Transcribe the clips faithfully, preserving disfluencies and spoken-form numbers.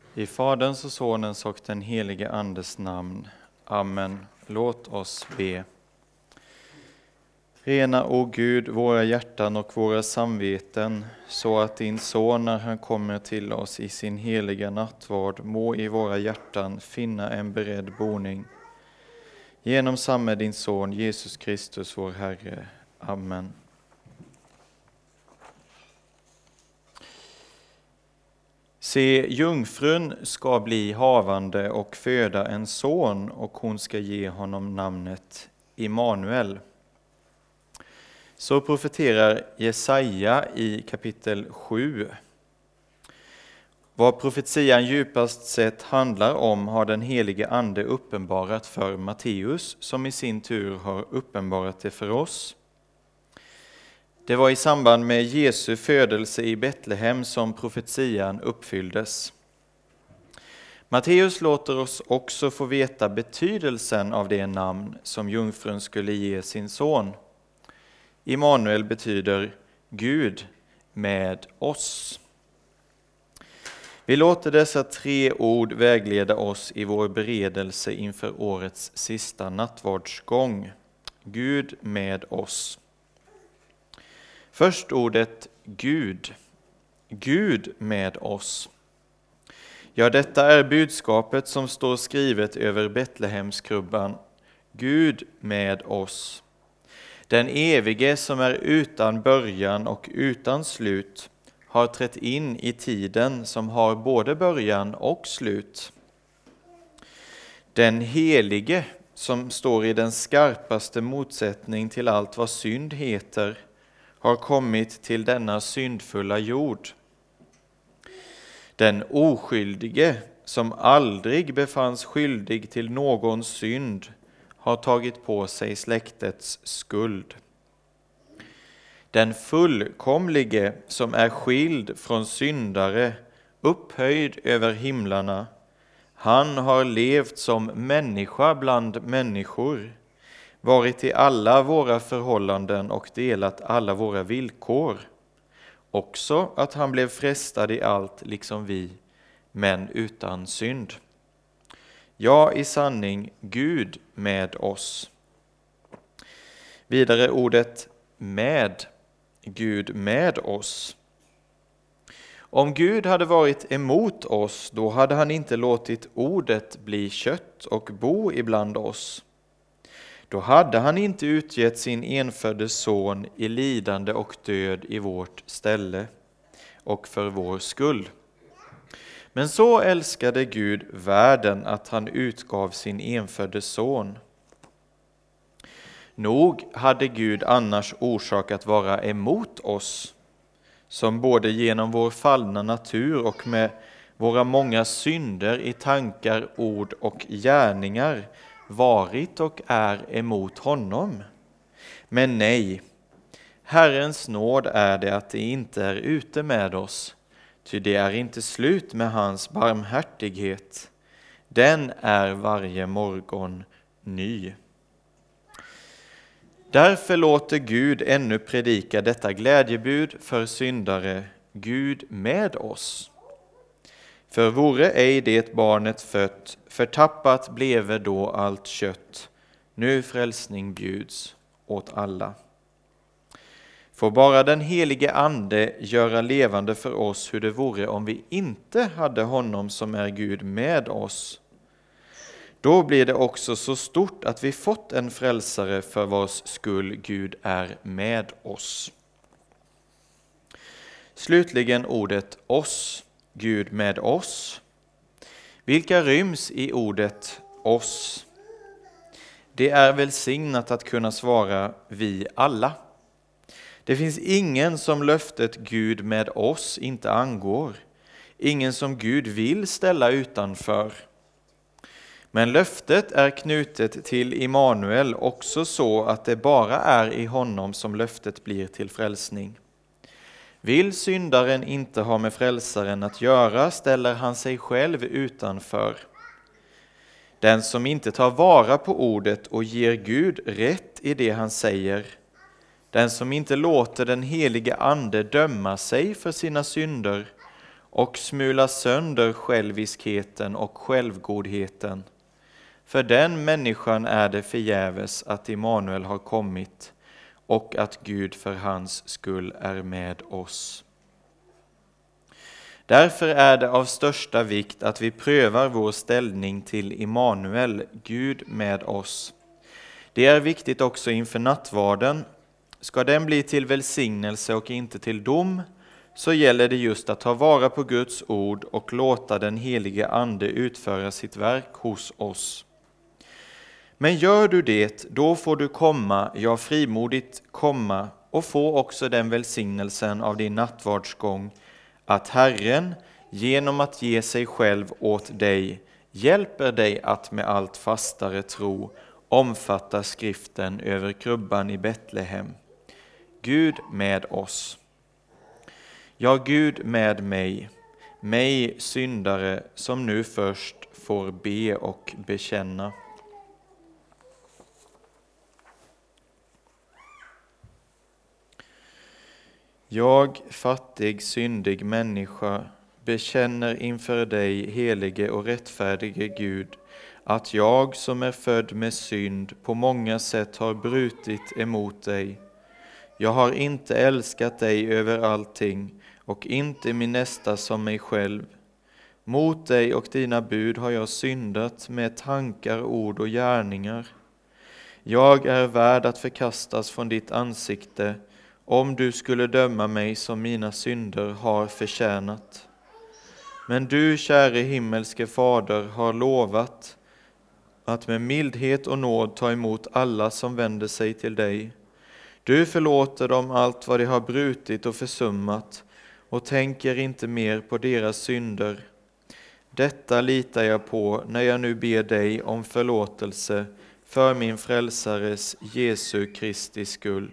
I Faderns och Sonens och den helige Andes namn. Amen. Låt oss be. Rena, o Gud, våra hjärtan och våra samveten, så att din son, när han kommer till oss i sin heliga nattvard, må i våra hjärtan finna en beredd boning. Genom samme din son, Jesus Kristus, vår Herre. Amen. Se, jungfrun ska bli havande och föda en son, och hon ska ge honom namnet Immanuel. Så profeterar Jesaja i kapitel sju. Vad profetian djupast sett handlar om har den helige Ande uppenbarat för Matteus, som i sin tur har uppenbarat det för oss. Det var i samband med Jesu födelse i Betlehem som profetian uppfylldes. Matteus låter oss också få veta betydelsen av det namn som jungfrun skulle ge sin son. Immanuel betyder Gud med oss. Vi låter dessa tre ord vägleda oss i vår beredelse inför årets sista nattvardsgång. Gud med oss. Först ordet Gud. Gud med oss. Ja, detta är budskapet som står skrivet över Betlehemskrubban. Gud med oss. Den evige som är utan början och utan slut har trätt in i tiden som har både början och slut. Den helige som står i den skarpaste motsättning till allt vad synd heter har kommit till denna syndfulla jord. Den oskyldige som aldrig befanns skyldig till någon synd har tagit på sig släktets skuld. Den fullkomlige som är skild från syndare, upphöjd över himlarna, han har levt som människa bland människor, varit i alla våra förhållanden och delat alla våra villkor. Också att han blev frestad i allt liksom vi, men utan synd. Ja, i sanning, Gud med oss. Vidare ordet med, Gud med oss. Om Gud hade varit emot oss, då hade han inte låtit ordet bli kött och bo ibland oss. Då hade han inte utgett sin enfödde son i lidande och död i vårt ställe och för vår skull. Men så älskade Gud världen att han utgav sin enfödde son. Nog hade Gud annars orsak att vara emot oss, som både genom vår fallna natur och med våra många synder i tankar, ord och gärningar varit och är emot honom. Men nej, Herrens nåd är det att det inte är ute med oss, ty det är inte slut med hans barmhärtighet. Den är varje morgon ny. Därför låter Gud ännu predika detta glädjebud för syndare, Gud med oss. För vore ej det barnet fött, förtappat bleve då allt kött. Nu frälsning bjuds åt alla. Får bara den helige Ande göra levande för oss hur det vore om vi inte hade honom som är Gud med oss. Då blir det också så stort att vi fått en frälsare för vars skull Gud är med oss. Slutligen ordet oss, Gud med oss. Vilka ryms i ordet oss? Det är välsignat att kunna svara vi alla. Det finns ingen som löftet Gud med oss inte angår. Ingen som Gud vill ställa utanför. Men löftet är knutet till Immanuel också så att det bara är i honom som löftet blir till frälsning. Vill syndaren inte ha med frälsaren att göra, ställer han sig själv utanför. Den som inte tar vara på ordet och ger Gud rätt i det han säger, den som inte låter den helige Ande döma sig för sina synder och smula sönder själviskheten och självgodheten. För den människan är det förgäves att Immanuel har kommit och att Gud för hans skull är med oss. Därför är det av största vikt att vi prövar vår ställning till Immanuel, Gud med oss. Det är viktigt också inför nattvarden. Ska den bli till välsignelse och inte till dom, så gäller det just att ta vara på Guds ord och låta den helige ande utföra sitt verk hos oss. Men gör du det, då får du komma, ja frimodigt komma, och få också den välsignelsen av din nattvardsgång, att Herren, genom att ge sig själv åt dig, hjälper dig att med allt fastare tro omfatta skriften över krubban i Betlehem. Gud med oss. Ja, Gud med mig, mig syndare som nu först får be och bekänna. Jag, fattig, syndig människa, bekänner inför dig, helige och rättfärdige Gud, att jag som är född med synd på många sätt har brutit emot dig. Jag har inte älskat dig över allting och inte min nästa som mig själv. Mot dig och dina bud har jag syndat med tankar, ord och gärningar. Jag är värd att förkastas från ditt ansikte, om du skulle döma mig som mina synder har förtjänat. Men du, käre himmelske Fader, har lovat att med mildhet och nåd ta emot alla som vänder sig till dig. Du förlåter dem allt vad de har brutit och försummat och tänker inte mer på deras synder. Detta litar jag på när jag nu ber dig om förlåtelse för min frälsares Jesu Kristi skull.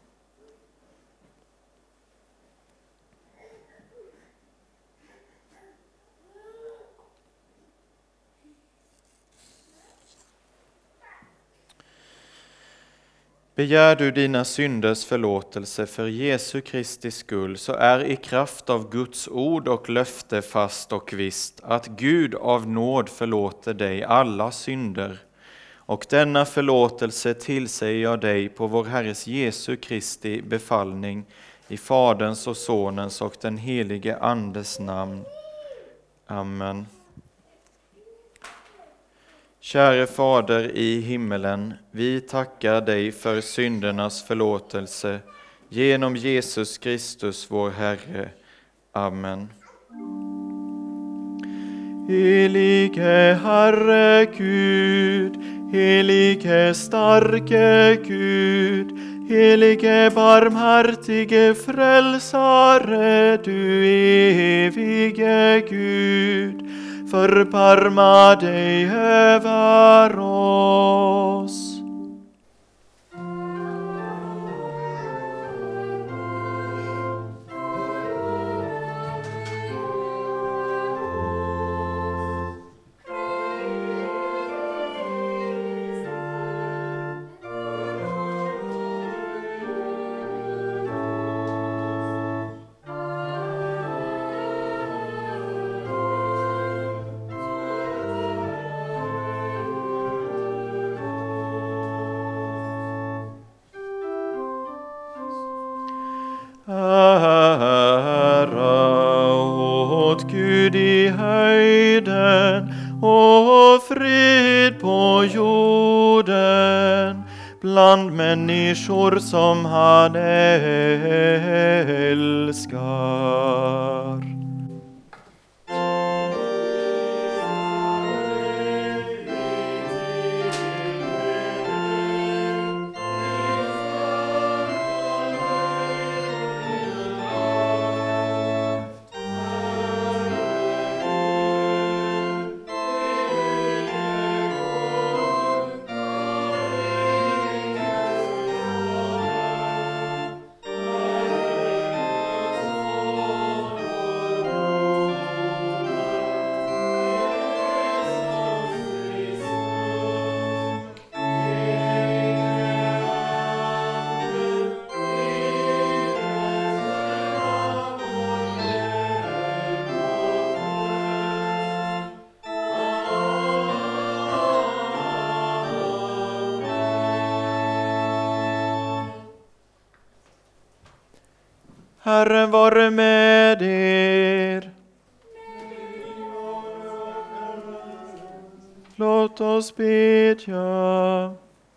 Begär du dina synders förlåtelse för Jesu Kristi skull, så är i kraft av Guds ord och löfte fast och visst att Gud av nåd förlåter dig alla synder. Och denna förlåtelse tillsäger jag dig på vår Herres Jesu Kristi befallning, i Faderns och Sonens och den helige Andes namn. Amen. Käre Fader i himmelen, vi tackar dig för syndernas förlåtelse genom Jesus Kristus vår Herre. Amen. Helige Herre Gud, helige starke Gud, helige barmhärtige frälsare, du evige Gud, förbarma dig över oss. Ära åt Gud i höjden och frid på jorden bland människor som han älskar. Herren vare med er. Låt oss bedja.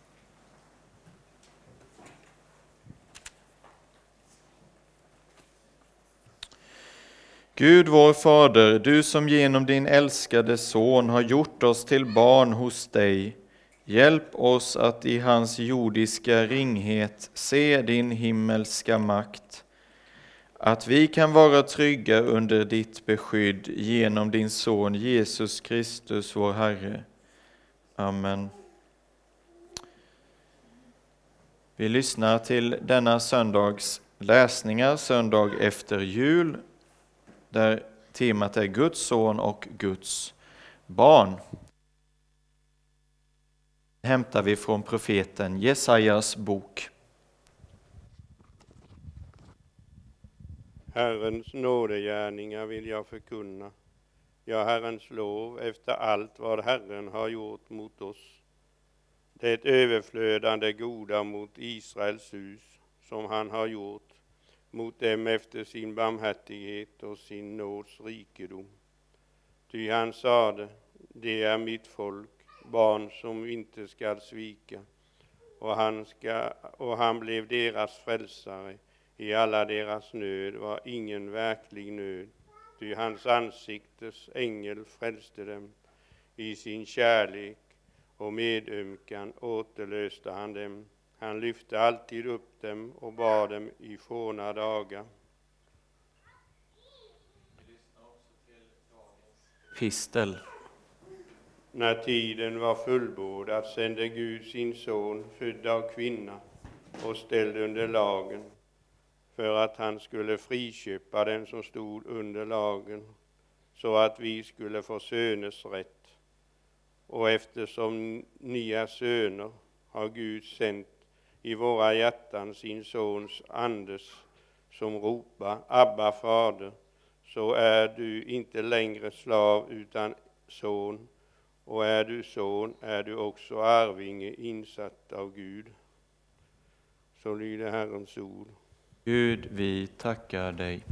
Gud vår Fader, du som genom din älskade son har gjort oss till barn hos dig, hjälp oss att i hans jordiska ringhet se din himmelska makt, att vi kan vara trygga under ditt beskydd genom din son Jesus Kristus, vår Herre. Amen. Vi lyssnar till denna söndags läsningar, söndag efter jul, där temat är Guds son och Guds barn. Hämtar vi från profeten Jesajas bok. Herrens nådegärningar vill jag förkunna. Ja, Herrens lov efter allt vad Herren har gjort mot oss. Det överflödande goda mot Israels hus som han har gjort mot dem efter sin barmhärtighet och sin nåds rikedom. Ty han sade, det är mitt folk, barn som inte skall svika, och han, ska, och han blev deras frälsare. I alla deras nöd var ingen verklig nöd, ty hans ansiktes ängel frälste dem. I sin kärlek och medömkan återlöste han dem. Han lyfte alltid upp dem och bar dem i forna dagar. Pistel. När tiden var fullbordad sände Gud sin son, född av kvinna och ställd under lagen, för att han skulle friköpa den som stod under lagen, så att vi skulle få söners rätt. Och eftersom ni är söner har Gud sänt i våra hjärtan sin sons andes, som ropar, Abba, fader. Så är du inte längre slav utan son, och är du son är du också arvinge insatt av Gud. Så lyder Herrens ord. Gud, vi tackar dig.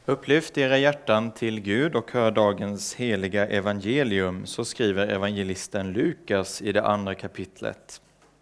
Upplyft era hjärtan till Gud och hör dagens heliga evangelium, så skriver evangelisten Lukas i det andra kapitlet.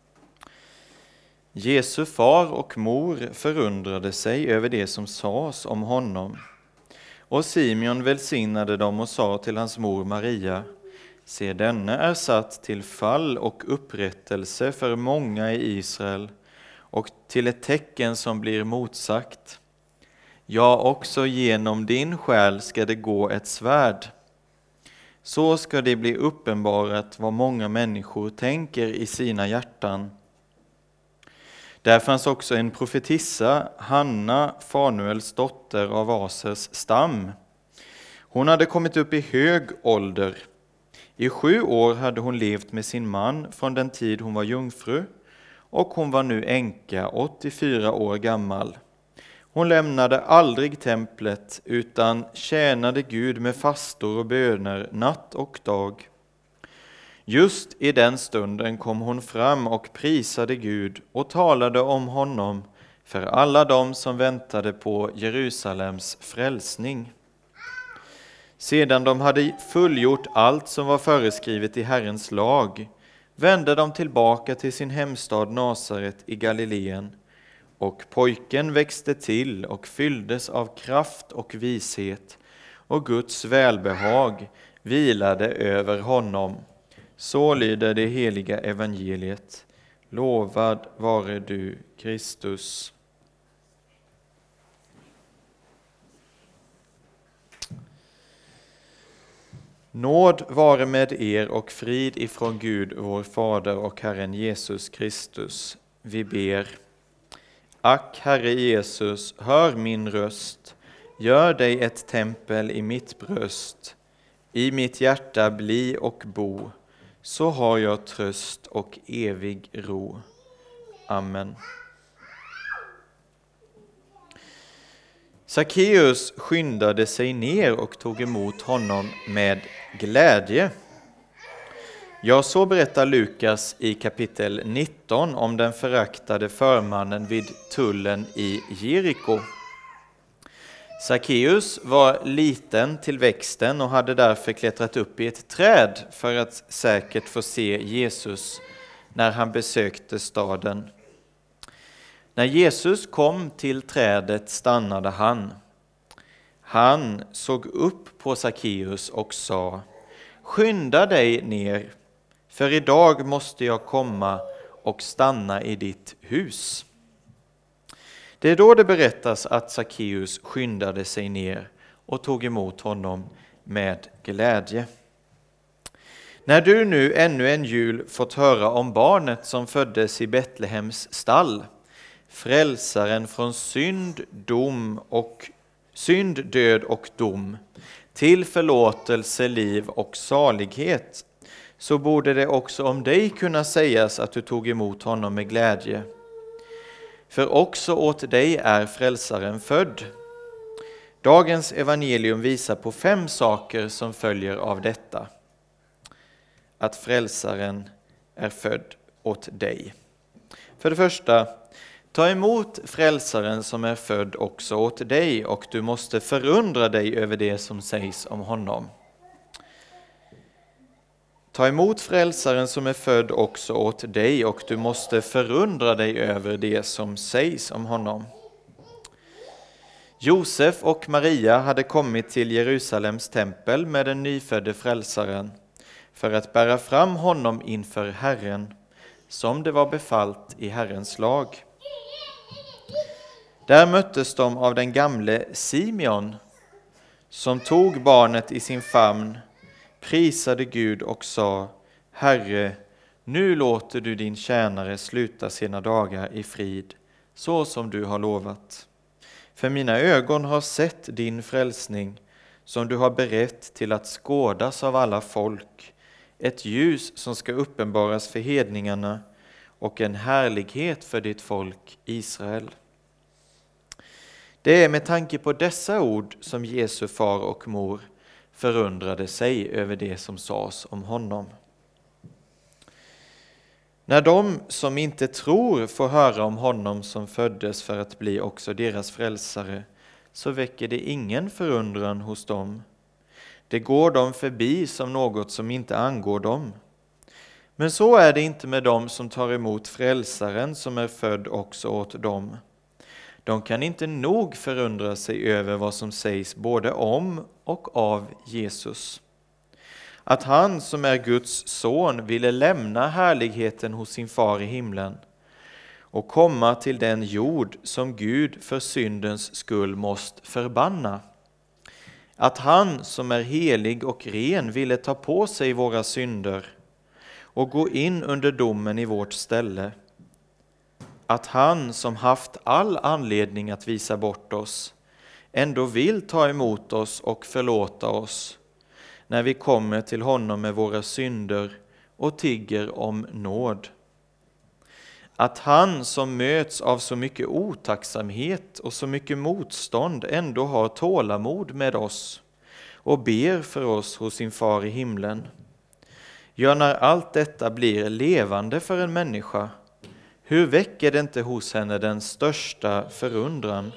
Jesu far och mor förundrade sig över det som sades om honom. Och Simeon välsignade dem och sa till hans mor Maria: Se, denne är satt till fall och upprättelse för många i Israel och till ett tecken som blir motsagt. Ja, också genom din själ ska det gå ett svärd. Så ska det bli uppenbarat vad många människor tänker i sina hjärtan. Där fanns också en profetissa, Hanna, Fanuels dotter av Asers stam. Hon hade kommit upp i hög ålder. I sju år hade hon levt med sin man från den tid hon var jungfru, och hon var nu änka, åttiofyra år gammal. Hon lämnade aldrig templet utan tjänade Gud med fastor och böner natt och dag. Just i den stunden kom hon fram och prisade Gud och talade om honom för alla dem som väntade på Jerusalems frälsning. Sedan de hade fullgjort allt som var föreskrivet i Herrens lag vände de tillbaka till sin hemstad Nasaret i Galileen, och pojken växte till och fylldes av kraft och vishet, och Guds välbehag vilade över honom. Så lyder det heliga evangeliet. Lovad vare du, Kristus. Nåd vare med er och frid ifrån Gud, vår Fader, och Herren Jesus Kristus. Vi ber. Ack, Herre Jesus, hör min röst. Gör dig ett tempel i mitt bröst. I mitt hjärta bli och bo. Så har jag tröst och evig ro. Amen. Sackeus skyndade sig ner och tog emot honom med glädje. Ja, så berättar Lukas i kapitel nitton om den föraktade förmannen vid tullen i Jeriko. Sackeus var liten till växten och hade därför klättrat upp i ett träd för att säkert få se Jesus när han besökte staden. När Jesus kom till trädet stannade han. Han såg upp på Sackeus och sa: Skynda dig ner, för idag måste jag komma och stanna i ditt hus. Det är då det berättas att Sackeus skyndade sig ner och tog emot honom med glädje. När du nu ännu en jul fått höra om barnet som föddes i Betlehems stall, frälsaren från synd, dom och synd, död och dom, till förlåtelse, liv och salighet, så borde det också om dig kunna sägas att du tog emot honom med glädje. För också åt dig är frälsaren född. Dagens evangelium visar på fem saker som följer av detta. Att frälsaren är född åt dig. För det första, ta emot frälsaren som är född också åt dig, och du måste förundra dig över det som sägs om honom. Ta emot frälsaren som är född också åt dig, och du måste förundra dig över det som sägs om honom. Josef och Maria hade kommit till Jerusalems tempel med den nyfödde frälsaren för att bära fram honom inför Herren, som det var befallt i Herrens lag. Där möttes de av den gamle Simeon, som tog barnet i sin famn, prisade Gud och sa: Herre, nu låter du din tjänare sluta sina dagar i frid, så som du har lovat. För mina ögon har sett din frälsning, som du har berett till att skådas av alla folk, ett ljus som ska uppenbaras för hedningarna och en härlighet för ditt folk Israel. Det är med tanke på dessa ord som Jesu far och mor förundrade sig över det som sades om honom. När de som inte tror får höra om honom som föddes för att bli också deras frälsare, så väcker det ingen förundran hos dem. Det går dem förbi som något som inte angår dem. Men så är det inte med dem som tar emot frälsaren som är född också åt dem. De kan inte nog förundra sig över vad som sägs både om och av Jesus. Att han som är Guds son ville lämna härligheten hos sin far i himlen och komma till den jord som Gud för syndens skull måste förbanna. Att han som är helig och ren ville ta på sig våra synder och gå in under domen i vårt ställe. Att han som haft all anledning att visa bort oss ändå vill ta emot oss och förlåta oss när vi kommer till honom med våra synder och tigger om nåd. Att han som möts av så mycket otacksamhet och så mycket motstånd ändå har tålamod med oss och ber för oss hos sin far i himlen. Ja, när allt detta blir levande för en människa, hur väcker det inte hos henne den största förundran?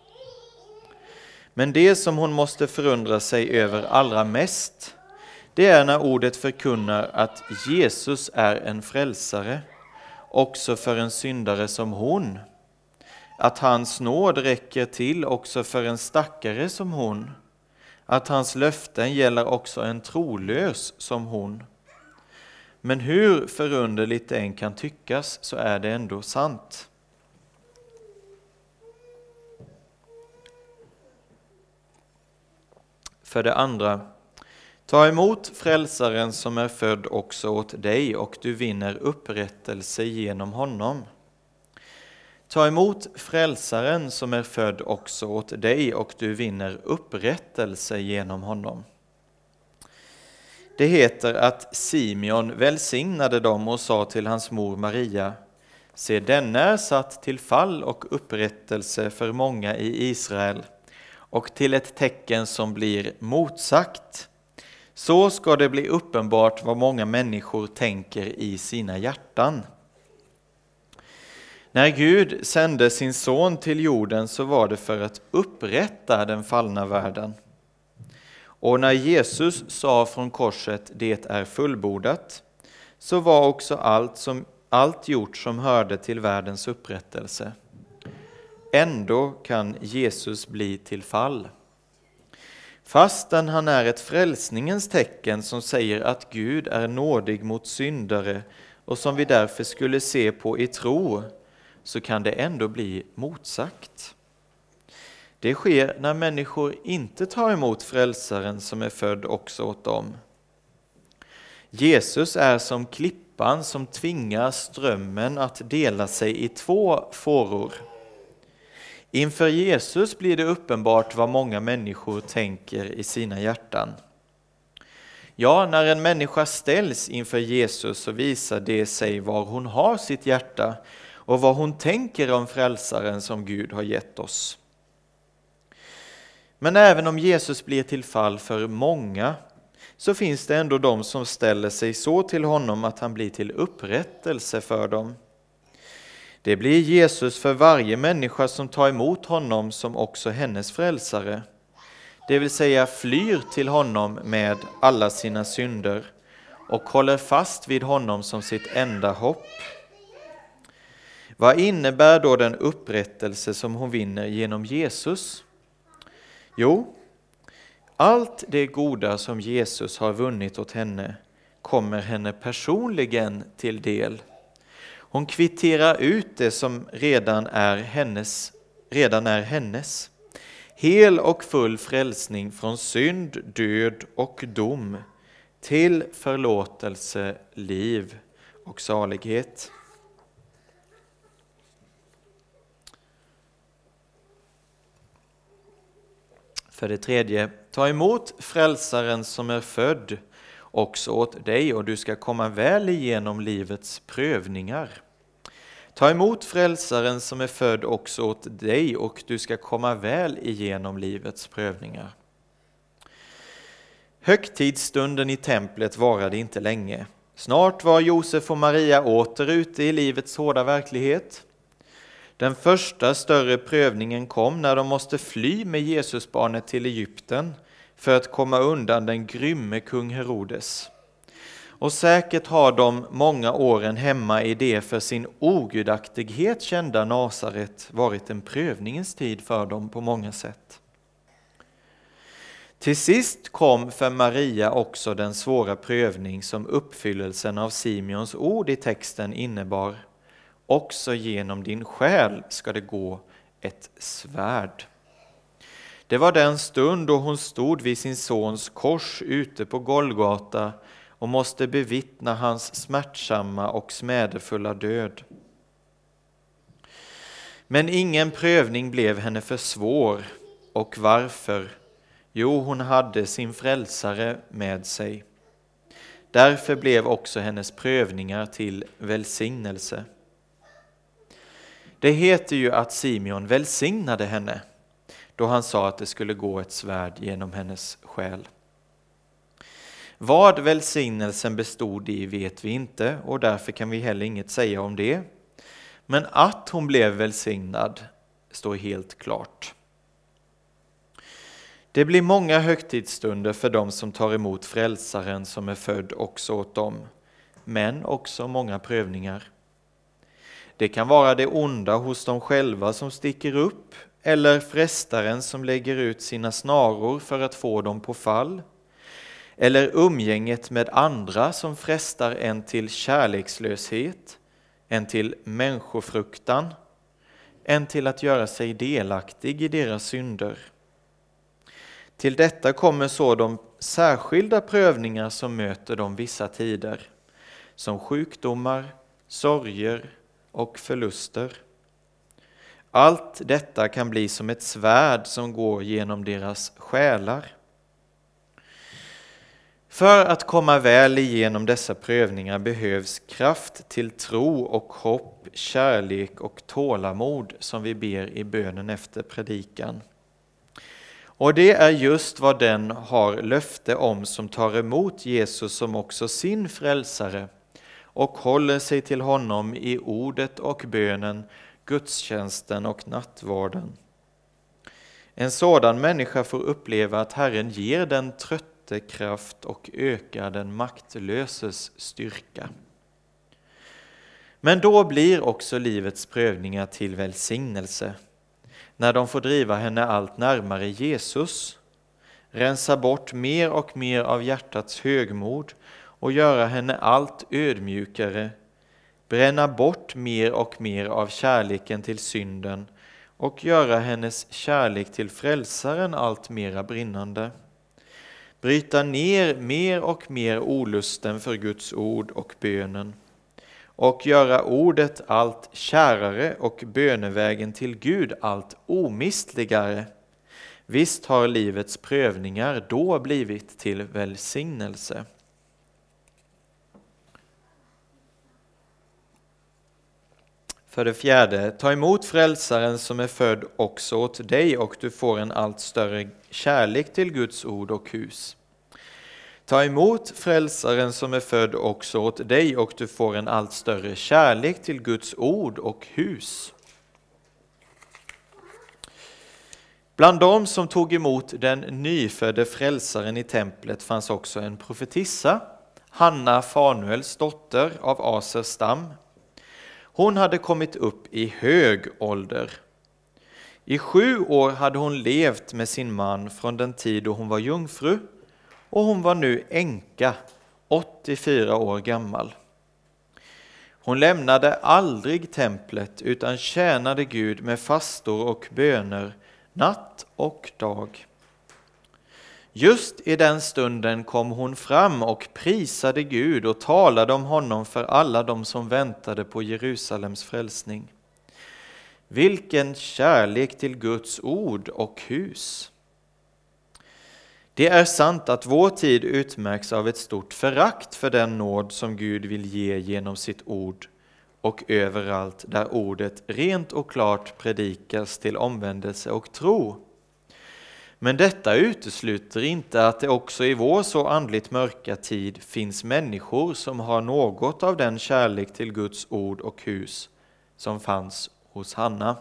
Men det som hon måste förundra sig över allra mest, det är när ordet förkunnar att Jesus är en frälsare, också för en syndare som hon. Att hans nåd räcker till också för en stackare som hon. Att hans löften gäller också en trolös som hon. Men hur förunderligt det än kan tyckas så är det ändå sant. För det andra, ta emot frälsaren som är född också åt dig och du vinner upprättelse genom honom. Ta emot frälsaren som är född också åt dig och du vinner upprättelse genom honom. Det heter att Simeon välsignade dem och sa till hans mor Maria: se, denna är satt till fall och upprättelse för många i Israel och till ett tecken som blir motsagt. Så ska det bli uppenbart vad många människor tänker i sina hjärtan. När Gud sände sin son till jorden så var det för att upprätta den fallna världen. Och när Jesus sa från korset, det är fullbordat, så var också allt, som, allt gjort som hörde till världens upprättelse. Ändå kan Jesus bli till fall. Fastän han är ett frälsningens tecken som säger att Gud är nådig mot syndare och som vi därför skulle se på i tro, så kan det ändå bli motsagt. Det sker när människor inte tar emot frälsaren som är född också åt dem. Jesus är som klippan som tvingar strömmen att dela sig i två fåror. Inför Jesus blir det uppenbart vad många människor tänker i sina hjärtan. Ja, när en människa ställs inför Jesus så visar det sig var hon har sitt hjärta och vad hon tänker om frälsaren som Gud har gett oss. Men även om Jesus blir till fall för många så finns det ändå de som ställer sig så till honom att han blir till upprättelse för dem. Det blir Jesus för varje människa som tar emot honom som också hennes frälsare. Det vill säga flyr till honom med alla sina synder och håller fast vid honom som sitt enda hopp. Vad innebär då den upprättelse som hon vinner genom Jesus? Jo, allt det goda som Jesus har vunnit åt henne kommer henne personligen till del. Hon kvitterar ut det som redan är hennes, redan är hennes. Hel och full frälsning från synd, död och dom till förlåtelse, liv och salighet. För det tredje, ta emot frälsaren som är född också åt dig och du ska komma väl igenom livets prövningar. Ta emot frälsaren som är född också åt dig och du ska komma väl igenom livets prövningar. Högtidsstunden i templet varade inte länge. Snart var Josef och Maria åter ute i livets hårda verklighet. Den första större prövningen kom när de måste fly med Jesusbarnet till Egypten för att komma undan den grymme kung Herodes. Och säkert har de många åren hemma i det för sin ogudaktighet kända Nasaret varit en prövningens tid för dem på många sätt. Till sist kom för Maria också den svåra prövning som uppfyllelsen av Simeons ord i texten innebar. Också genom din själ ska det gå ett svärd. Det var den stund då hon stod vid sin sons kors ute på Golgata och måste bevittna hans smärtsamma och smädefulla död. Men ingen prövning blev henne för svår. Och varför? Jo, hon hade sin frälsare med sig. Därför blev också hennes prövningar till välsignelse. Det heter ju att Simeon välsignade henne då han sa att det skulle gå ett svärd genom hennes själ. Vad välsignelsen bestod i vet vi inte och därför kan vi heller inget säga om det. Men att hon blev välsignad står helt klart. Det blir många högtidsstunder för dem som tar emot frälsaren som är född också åt dem, men också många prövningar. Det kan vara det onda hos dem själva som sticker upp eller frestaren som lägger ut sina snaror för att få dem på fall. Eller umgänget med andra som frestar en till kärlekslöshet, en till människofruktan, en till att göra sig delaktig i deras synder. Till detta kommer så de särskilda prövningar som möter dem vissa tider, som sjukdomar, sorger och förluster. Allt detta kan bli som ett svärd som går genom deras själar. För att komma väl igenom dessa prövningar behövs kraft till tro och hopp, kärlek och tålamod som vi ber i bönen efter predikan. Och det är just vad den har löfte om som tar emot Jesus som också sin frälsare och håller sig till honom i ordet och bönen, gudstjänsten och nattvarden. En sådan människa får uppleva att Herren ger den trötte kraft och ökar den maktlöses styrka. Men då blir också livets prövningar till välsignelse, när de får driva henne allt närmare Jesus, rensa bort mer och mer av hjärtats högmod och göra henne allt ödmjukare, bränna bort mer och mer av kärleken till synden och göra hennes kärlek till frälsaren allt mera brinnande. Bryta ner mer och mer olusten för Guds ord och bönen och göra ordet allt kärare och bönevägen till Gud allt omistligare. Visst har livets prövningar då blivit till välsignelse. För det fjärde, ta emot frälsaren som är född också åt dig och du får en allt större kärlek till Guds ord och hus. Ta emot frälsaren som är född också åt dig och du får en allt större kärlek till Guds ord och hus. Bland dem som tog emot den nyfödde frälsaren i templet fanns också en profetissa, Hanna Fanuels dotter av Asers stam. Hon hade kommit upp i hög ålder. I sju år hade hon levt med sin man från den tid då hon var jungfru och hon var nu änka, åttiofyra år gammal. Hon lämnade aldrig templet utan tjänade Gud med fastor och böner natt och dag. Just i den stunden kom hon fram och prisade Gud och talade om honom för alla de som väntade på Jerusalems frälsning. Vilken kärlek till Guds ord och hus! Det är sant att vår tid utmärks av ett stort förakt för den nåd som Gud vill ge genom sitt ord och överallt där ordet rent och klart predikas till omvändelse och tro. Men detta utesluter inte att det också i vår så andligt mörka tid finns människor som har något av den kärlek till Guds ord och hus som fanns hos Hanna.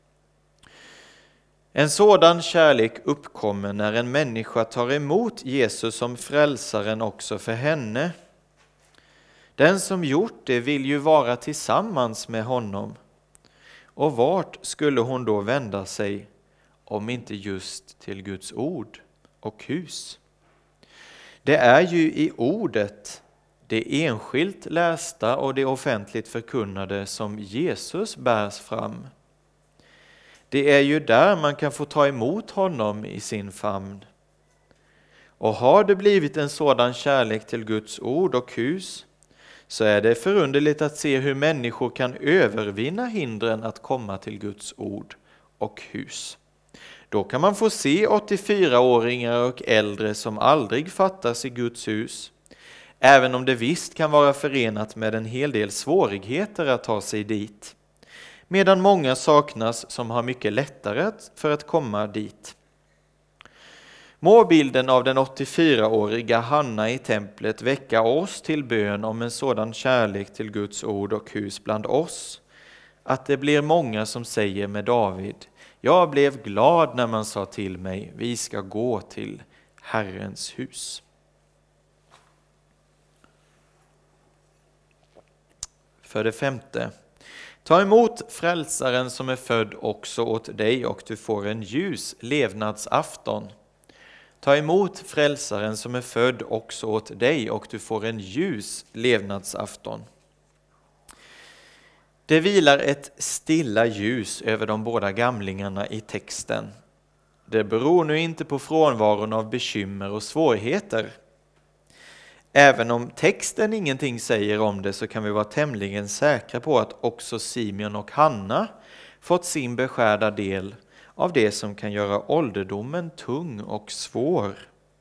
En sådan kärlek uppkommer när en människa tar emot Jesus som frälsaren också för henne. Den som gjort det vill ju vara tillsammans med honom. Och vart skulle hon då vända sig om inte just till Guds ord och hus? Det är ju i ordet, det enskilt lästa och det offentligt förkunnade, som Jesus bärs fram. Det är ju där man kan få ta emot honom i sin famn. Och har det blivit en sådan kärlek till Guds ord och hus, så är det förunderligt att se hur människor kan övervinna hindren att komma till Guds ord och hus. Då kan man få se åttiofyraåringar och äldre som aldrig fattas i Guds hus, även om det visst kan vara förenat med en hel del svårigheter att ta sig dit, medan många saknas som har mycket lättare för att komma dit. Må bilden av den åttiofyraåriga Hanna i templet väcka oss till bön om en sådan kärlek till Guds ord och hus bland oss, att det blir många som säger med David: jag blev glad när man sa till mig, vi ska gå till Herrens hus. För det femte. Ta emot frälsaren som är född också åt dig, och du får en ljus levnadsafton. Ta emot frälsaren som är född också åt dig, och du får en ljus levnadsafton. Det vilar ett stilla ljus över de båda gamlingarna i texten. Det beror nu inte på frånvaron av bekymmer och svårigheter. Även om texten ingenting säger om det, så kan vi vara tämligen säkra på att också Simeon och Hanna fått sin beskärda del av det som kan göra ålderdomen tung och svår.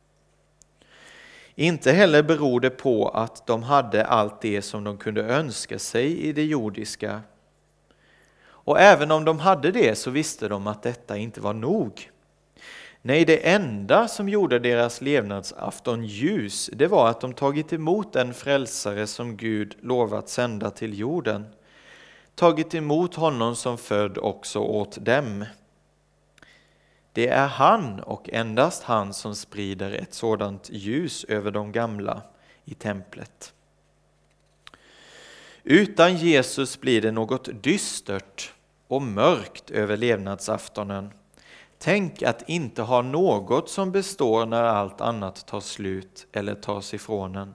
Inte heller beror det på att de hade allt det som de kunde önska sig i det jordiska. Och även om de hade det, så visste de att detta inte var nog. Nej, det enda som gjorde deras levnadsafton ljus, det var att de tagit emot den frälsare som Gud lovat sända till jorden. Tagit emot honom som född också åt dem. Det är han och endast han som sprider ett sådant ljus över de gamla i templet. Utan Jesus blir det något dystert och mörkt över levnadsaftonen. Tänk att inte ha något som består när allt annat tar slut eller tas ifrån en.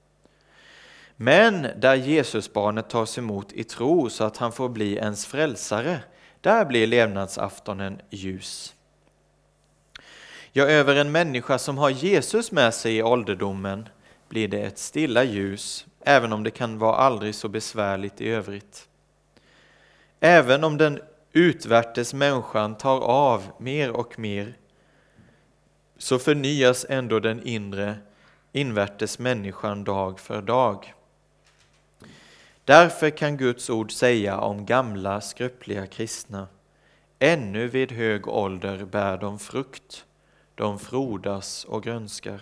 Men där Jesusbarnet tas emot i tro så att han får bli ens frälsare, där blir levnadsaftonen ljus. Ja, över en människa som har Jesus med sig i ålderdomen blir det ett stilla ljus, även om det kan vara aldrig så besvärligt i övrigt. Även om den utvärtes människan tar av mer och mer, så förnyas ändå den inre invärtes människan dag för dag. Därför kan Guds ord säga om gamla skröpliga kristna: ännu vid hög ålder bär de frukt, de frodas och grönskar.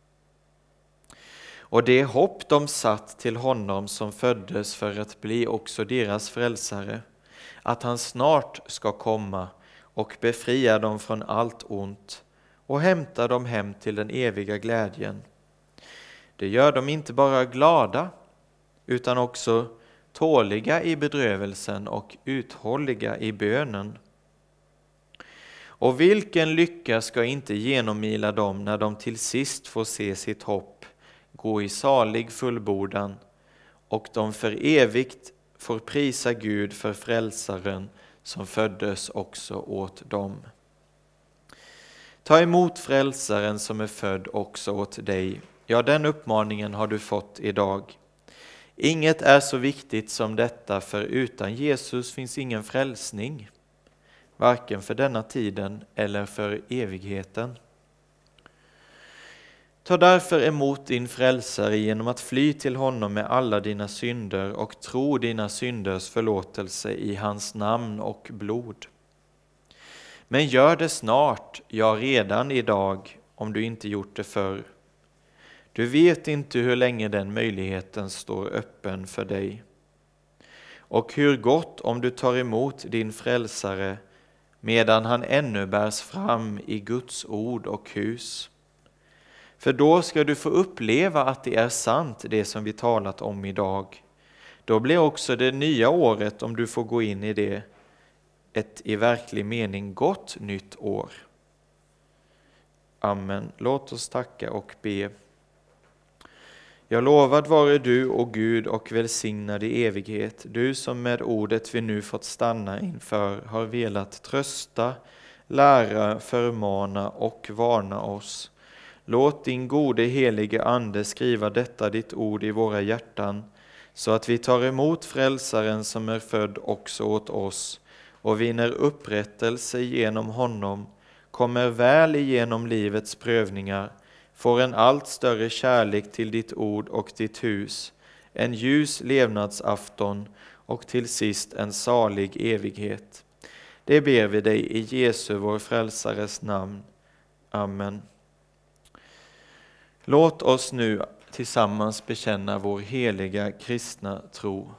Och det hopp de satt till honom som föddes för att bli också deras frälsare, att han snart ska komma och befria dem från allt ont och hämta dem hem till den eviga glädjen. Det gör dem inte bara glada, utan också tåliga i bedrövelsen och uthålliga i bönen. Och vilken lycka ska inte genommila dem när de till sist får se sitt hopp gå i salig fullbordan, och de för evigt får prisa Gud för frälsaren som föddes också åt dem. Ta emot frälsaren som är född också åt dig. Ja, den uppmaningen har du fått idag. Inget är så viktigt som detta, för utan Jesus finns ingen frälsning, varken för denna tiden eller för evigheten. Ta därför emot din frälsare genom att fly till honom med alla dina synder och tro dina synders förlåtelse i hans namn och blod. Men gör det snart, ja redan idag, om du inte gjort det förr. Du vet inte hur länge den möjligheten står öppen för dig. och hur gott om du tar emot din frälsare medan han ännu bärs fram i Guds ord och hus. För då ska du få uppleva att det är sant det som vi talat om idag. Då blir också det nya året, om du får gå in i det, ett i verklig mening gott nytt år. Amen. Låt oss tacka och be. Jag lovad vare du, och Gud, och välsignad i evighet, du som med ordet vi nu fått stanna inför har velat trösta, lära, förmana och varna oss. Låt din gode helige ande skriva detta ditt ord i våra hjärtan, så att vi tar emot frälsaren som är född också åt oss och vinner upprättelse genom honom, kommer väl igenom livets prövningar, får en allt större kärlek till ditt ord och ditt hus, en ljus levnadsafton och till sist en salig evighet. Det ber vi dig i Jesu vår frälsares namn. Amen. Låt oss nu tillsammans bekänna vår heliga kristna tro.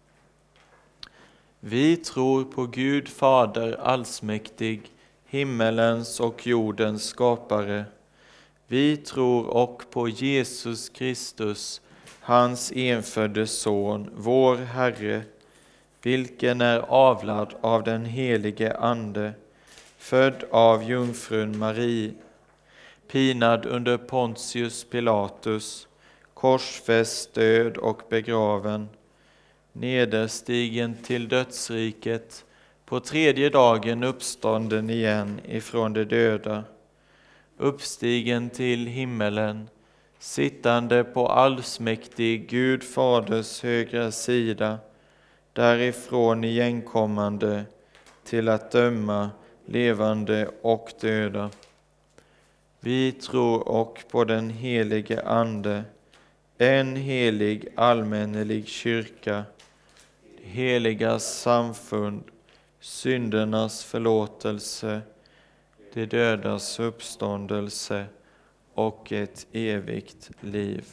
Vi tror på Gud Fader allsmäktig, himmelens och jordens skapare. Vi tror och på Jesus Kristus, hans enfödde son, vår Herre, vilken är avlad av den helige Ande, född av jungfrun Marie, pinad under Pontius Pilatus, korsfäst, död och begraven, nederstigen till dödsriket, på tredje dagen uppstånden igen ifrån de döda, uppstigen till himmelen, sittande på allsmäktig Gud Faders högra sida, därifrån igenkommande till att döma levande och döda. Vi tror och på den helige Ande, en helig allmännelig kyrka, heliga samfund, syndernas förlåtelse, de dödas uppståndelse och ett evigt liv.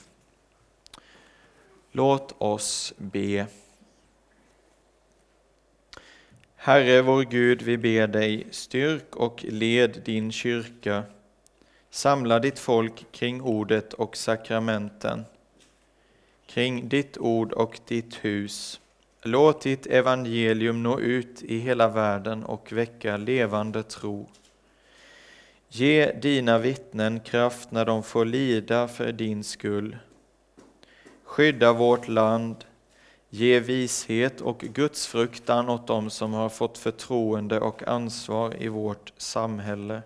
Låt oss be. Herre vår Gud, vi ber dig, styrk och led din kyrka. Samla ditt folk kring ordet och sakramenten, kring ditt ord och ditt hus. Låt ditt evangelium nå ut i hela världen och väcka levande tro. Ge dina vittnen kraft när de får lida för din skull. Skydda vårt land. Ge vishet och gudsfruktan åt dem som har fått förtroende och ansvar i vårt samhälle.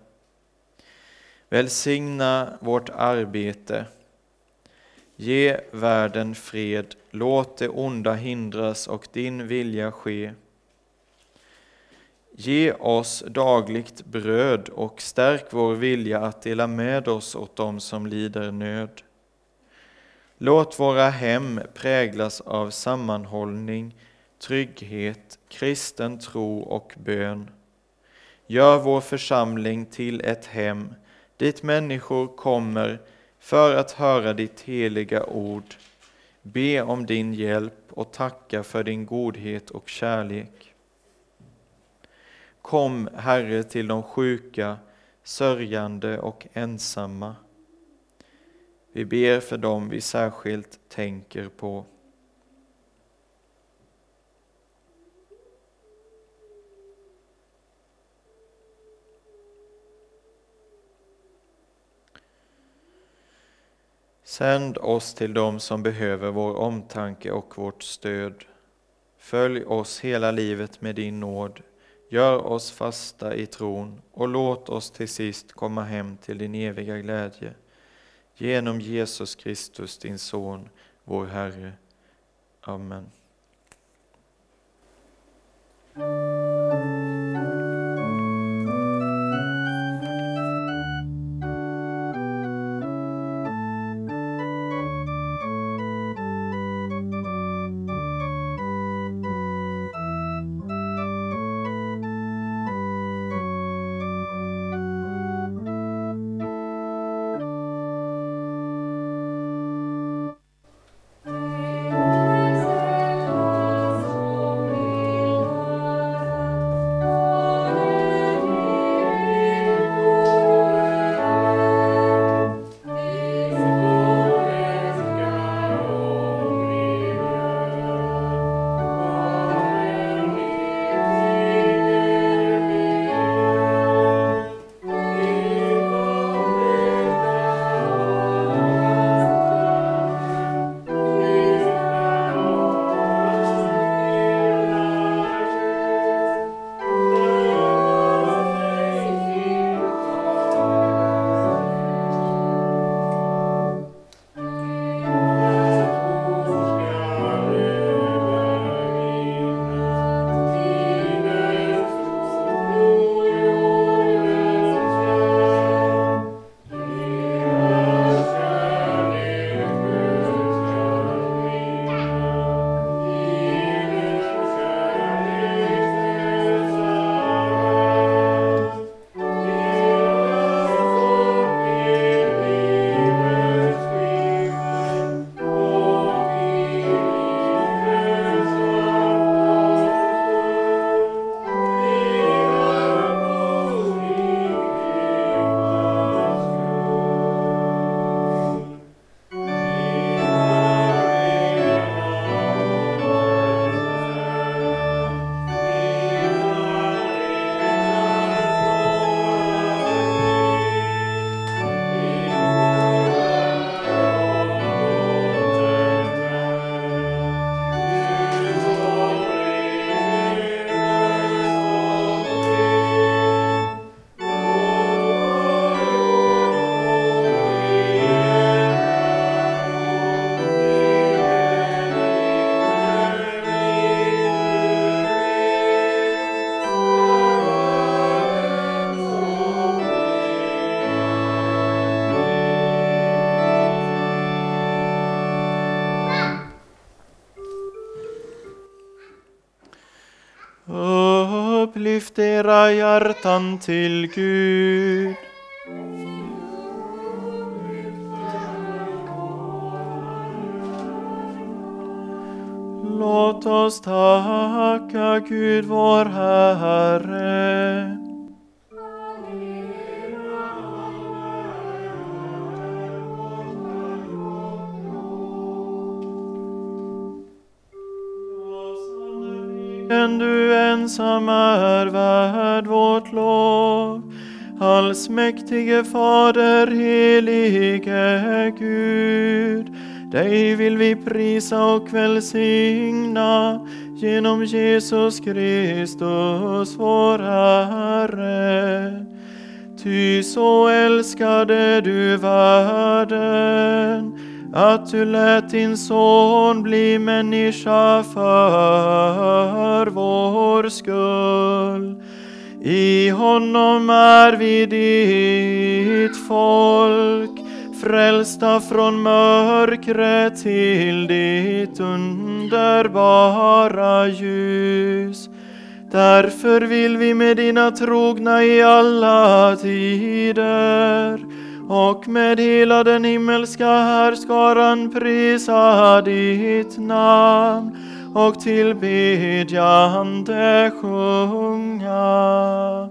Välsigna vårt arbete. Ge världen fred. Låt det onda hindras och din vilja ske. Ge oss dagligt bröd och stärk vår vilja att dela med oss åt dem som lider nöd. Låt våra hem präglas av sammanhållning, trygghet, kristen tro och bön. Gör vår församling till ett hem dit människor kommer för att höra ditt heliga ord, be om din hjälp och tacka för din godhet och kärlek. Kom, Herre, till de sjuka, sörjande och ensamma. Vi ber för dem vi särskilt tänker på. Sänd oss till dem som behöver vår omtanke och vårt stöd. Följ oss hela livet med din nåd. Gör oss fasta i tron och låt oss till sist komma hem till din eviga glädje. Genom Jesus Kristus, din son, vår Herre. Amen. Upplyft era hjärtan till Gud. Låt oss tacka Gud vår Herre. Men du ensam är värd vårt lov. Allsmäktige Fader, helige Gud. Dig vill vi prisa och välsigna genom Jesus Kristus vår Herre. Ty så älskade du världen att du lät din son bli människa för vår skull. I honom är vi ditt folk, frälsta från mörkret till ditt underbara ljus. Därför vill vi med dina trogna i alla tider och med hela den himmelska härskaran prisa ditt namn och tillbedjande sjunga.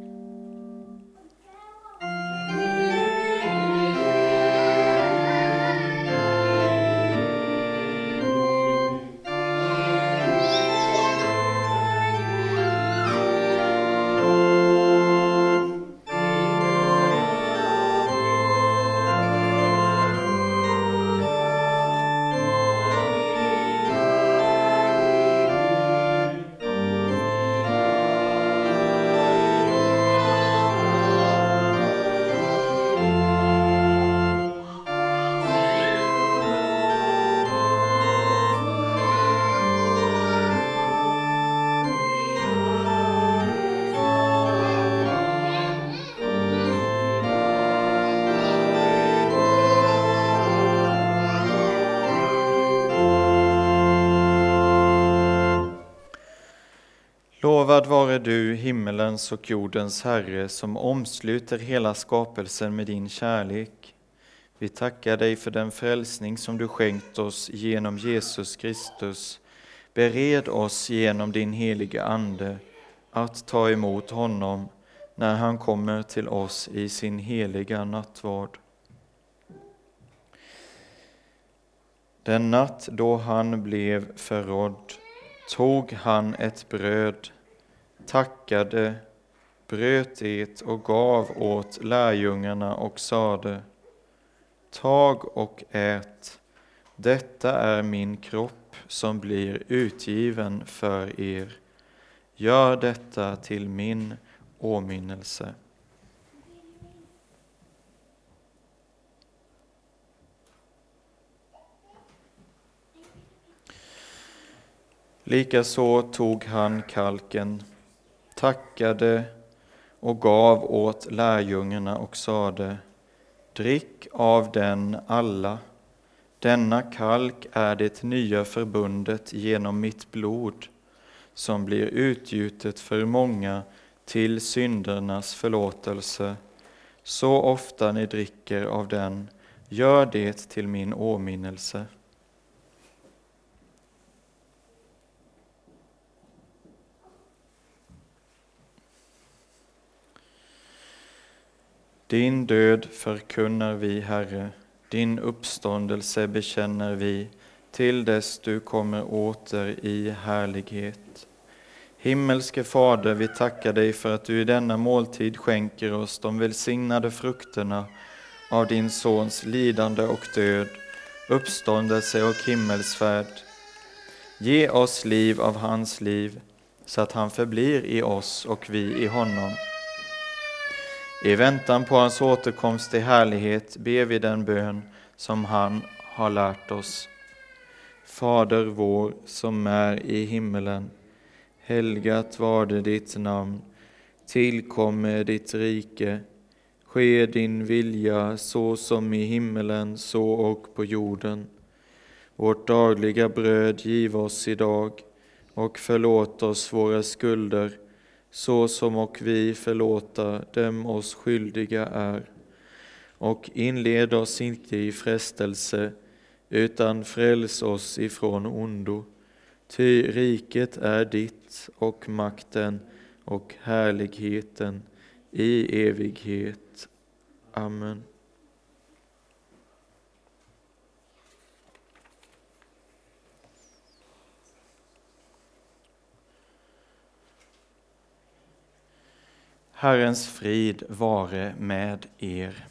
Lovad vare du, himmelens och jordens Herre, som omsluter hela skapelsen med din kärlek. Vi tackar dig för den frälsning som du skänkt oss genom Jesus Kristus. Bered oss genom din heliga Ande att ta emot honom när han kommer till oss i sin heliga nattvard. Den natt då han blev förrådd tog han ett bröd, tackade, bröt det och gav åt lärjungarna och sade: tag och ät, detta är min kropp som blir utgiven för er. Gör detta till min åminnelse. Likaså tog han kalken, tackade och gav åt lärjungarna och sade: drick av den alla. Denna kalk är det nya förbundet genom mitt blod, som blir utgjutet för många till syndernas förlåtelse. Så ofta ni dricker av den, gör det till min åminnelse. Din död förkunnar vi, Herre, din uppståndelse bekänner vi, till dess du kommer åter i härlighet. Himmelske Fader, vi tackar dig för att du i denna måltid skänker oss de välsignade frukterna av din Sons lidande och död, uppståndelse och himmelsfärd. Ge oss liv av hans liv, så att han förblir i oss och vi i honom. I väntan på hans återkomst i härlighet ber vi den bön som han har lärt oss. Fader vår som är i himmelen, helgat varde ditt namn. Tillkommer ditt rike, ske din vilja så som i himmelen så och på jorden. Vårt dagliga bröd giv oss idag och förlåt oss våra skulder, så som och vi förlåta dem oss skyldiga är. Och inled oss inte i frestelse, utan fräls oss ifrån ondo. Ty riket är ditt, och makten och härligheten i evighet. Amen. Herrens frid vare med er.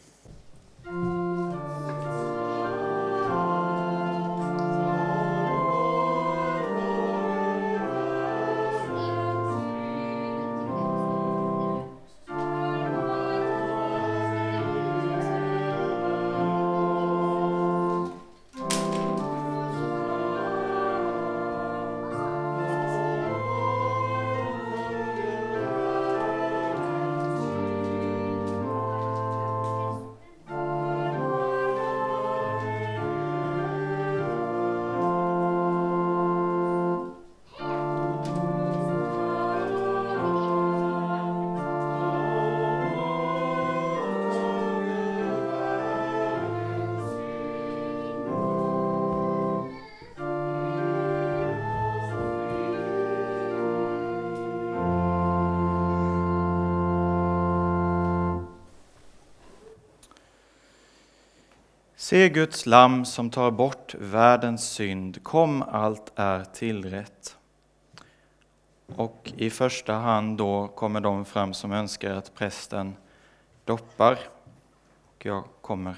Se Guds lamm som tar bort världens synd, kom allt är tillrätt. Och i första hand då kommer de fram som önskar att prästen doppar. Och jag kommer.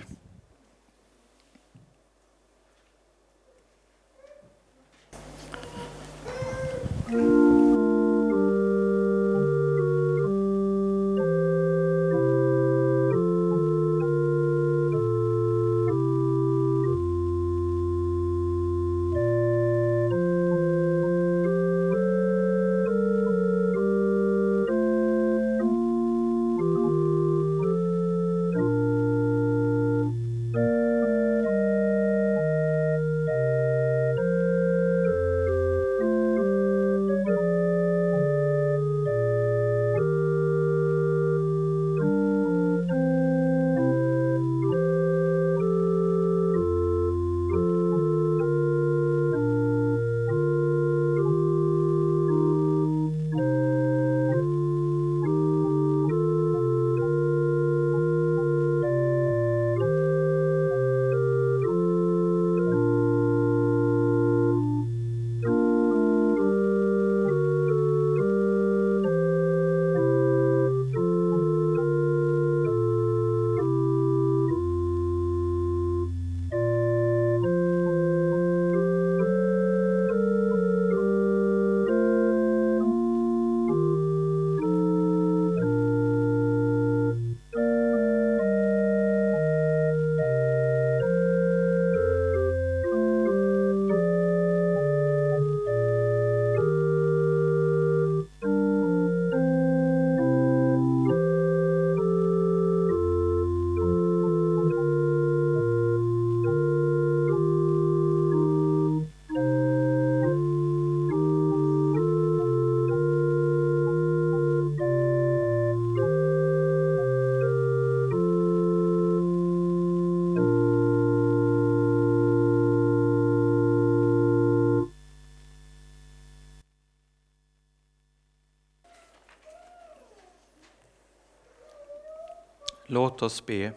Låt oss be.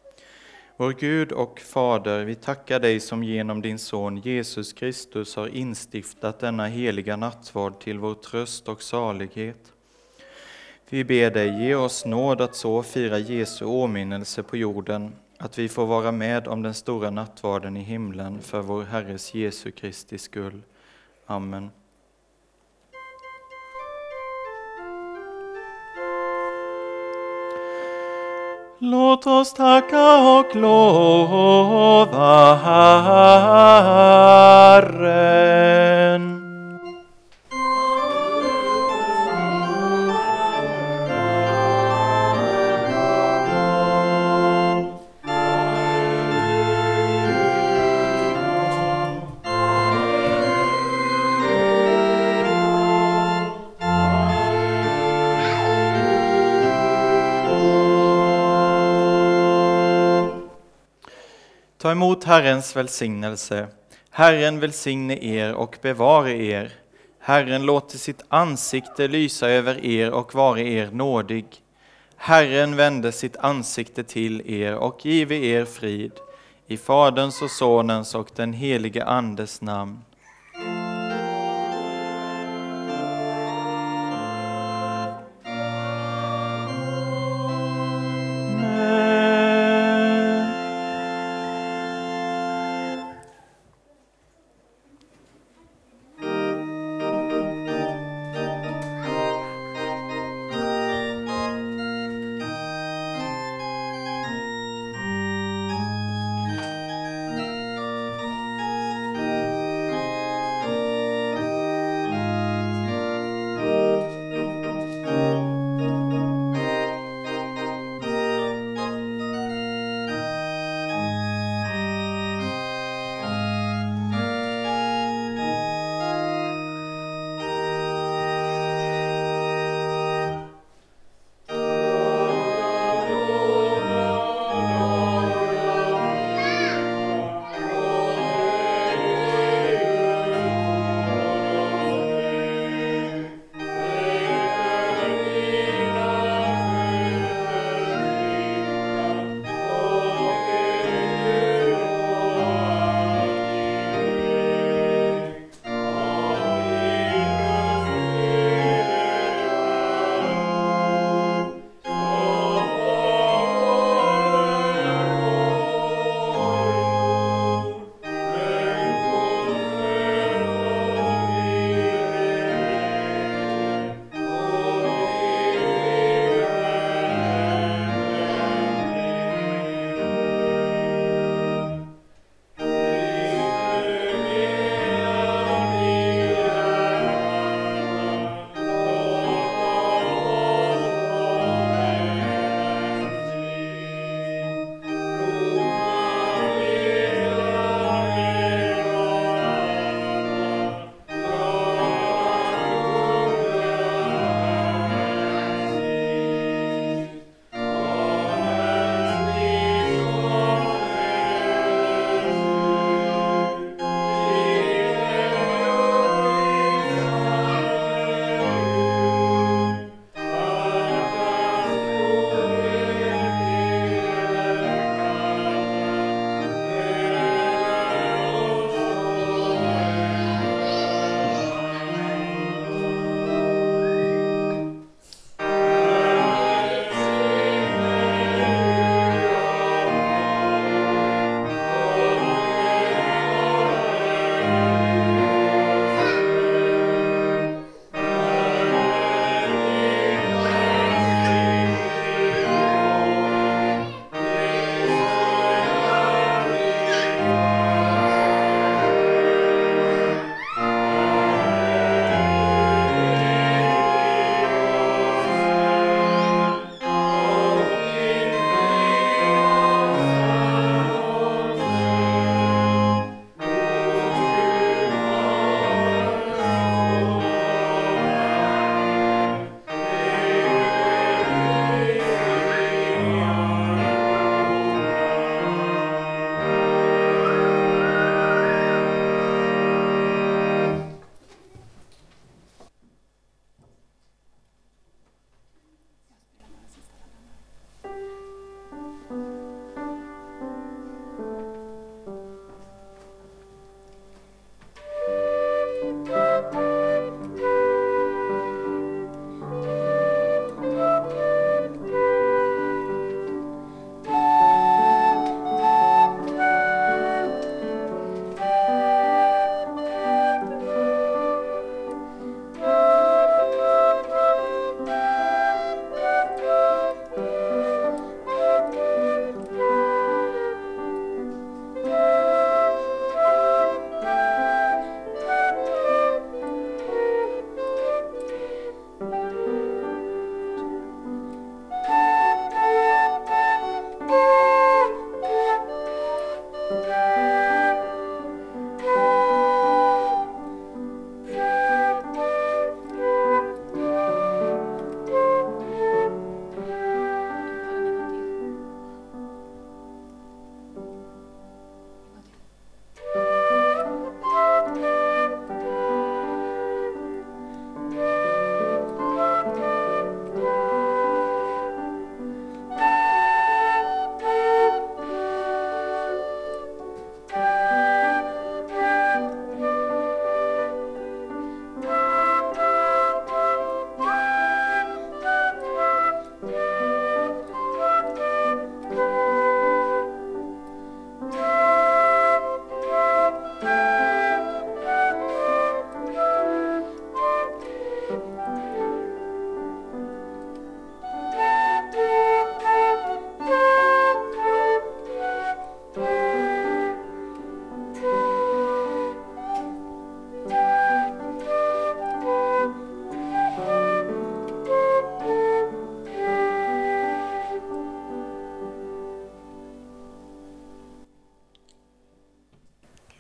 Vår Gud och Fader, vi tackar dig som genom din son Jesus Kristus har instiftat denna heliga nattvard till vår tröst och salighet. Vi ber dig, ge oss nåd att så fira Jesu åminnelse på jorden, att vi får vara med om den stora nattvarden i himlen för vår Herres Jesu Kristi skull. Amen. Låt oss tacka och lova Herren. Ta emot Herrens välsignelse. Herren välsigne er och bevare er. Herren låter sitt ansikte lysa över er och vare er nådig. Herren vände sitt ansikte till er och give er frid. I Faderns och Sonens och den helige Andes namn.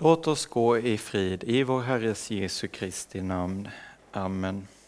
Låt oss gå i frid i vår Herres Jesu Kristi namn. Amen.